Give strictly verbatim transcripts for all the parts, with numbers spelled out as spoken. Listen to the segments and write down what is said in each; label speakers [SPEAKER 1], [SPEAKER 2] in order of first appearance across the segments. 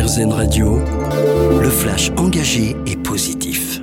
[SPEAKER 1] R Z N Radio, le flash engagé et positif.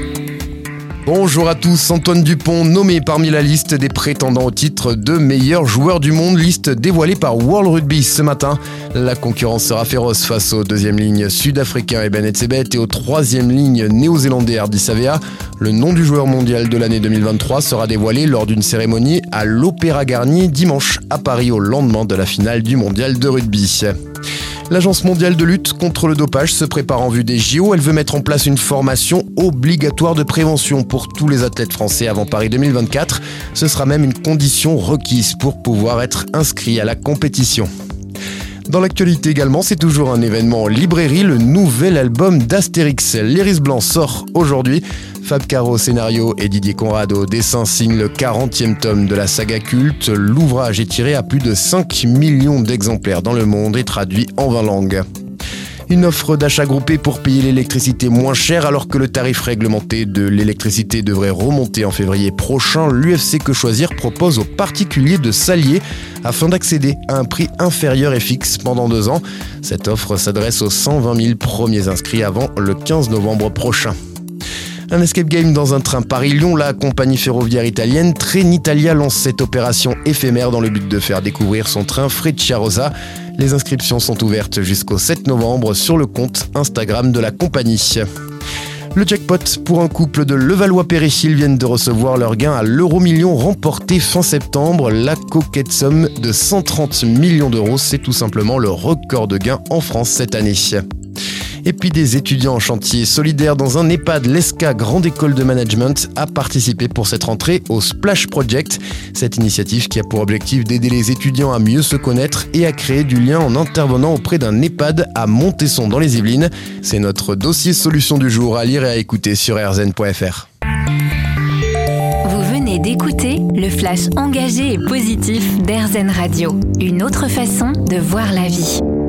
[SPEAKER 2] Bonjour à tous, Antoine Dupont nommé parmi la liste des prétendants au titre de meilleur joueur du monde, liste dévoilée par World Rugby ce matin. La concurrence sera féroce face aux deuxième ligne sud-africain Eben Etzebeth et aux troisième ligne néo-zélandais Ardie Savea. Le nom du joueur mondial de l'année deux mille vingt-trois sera dévoilé lors d'une cérémonie à l'Opéra Garnier dimanche à Paris au lendemain de la finale du mondial de rugby. L'Agence mondiale de lutte contre le dopage se prépare en vue des J O. Elle veut mettre en place une formation obligatoire de prévention pour tous les athlètes français avant Paris deux mille vingt-quatre. Ce sera même une condition requise pour pouvoir être inscrit à la compétition. Dans l'actualité également, c'est toujours un événement en librairie, le nouvel album d'Astérix. L'Iris Blanc sort aujourd'hui. Fab Caro au scénario et Didier Conrad au dessin signent le quarantième tome de la saga culte. L'ouvrage est tiré à plus de cinq millions d'exemplaires dans le monde et traduit en vingt langues. Une offre d'achat groupé pour payer l'électricité moins chère alors que le tarif réglementé de l'électricité devrait remonter en février prochain. L'U F C Que Choisir propose aux particuliers de s'allier afin d'accéder à un prix inférieur et fixe pendant deux ans. Cette offre s'adresse aux cent vingt mille premiers inscrits avant le quinze novembre prochain. Un escape game dans un train Paris-Lyon, la compagnie ferroviaire italienne Trenitalia lance cette opération éphémère dans le but de faire découvrir son train Frecciarossa. Les inscriptions sont ouvertes jusqu'au sept novembre sur le compte Instagram de la compagnie. Le jackpot pour un couple de Levallois-Perret, ils viennent de recevoir leur gain à l'euro-million remporté fin septembre. La coquette somme de cent trente millions d'euros, c'est tout simplement le record de gain en France cette année. Et puis des étudiants en chantier solidaire dans un EHPAD, l'E S C A Grande École de Management, a participé pour cette rentrée au Splash Project. Cette initiative qui a pour objectif d'aider les étudiants à mieux se connaître et à créer du lien en intervenant auprès d'un EHPAD à Montesson dans les Yvelines. C'est notre dossier solution du jour à lire et à écouter sur r z n point f r.
[SPEAKER 3] Vous venez d'écouter le flash engagé et positif d'R Z N Radio. Une autre façon de voir la vie.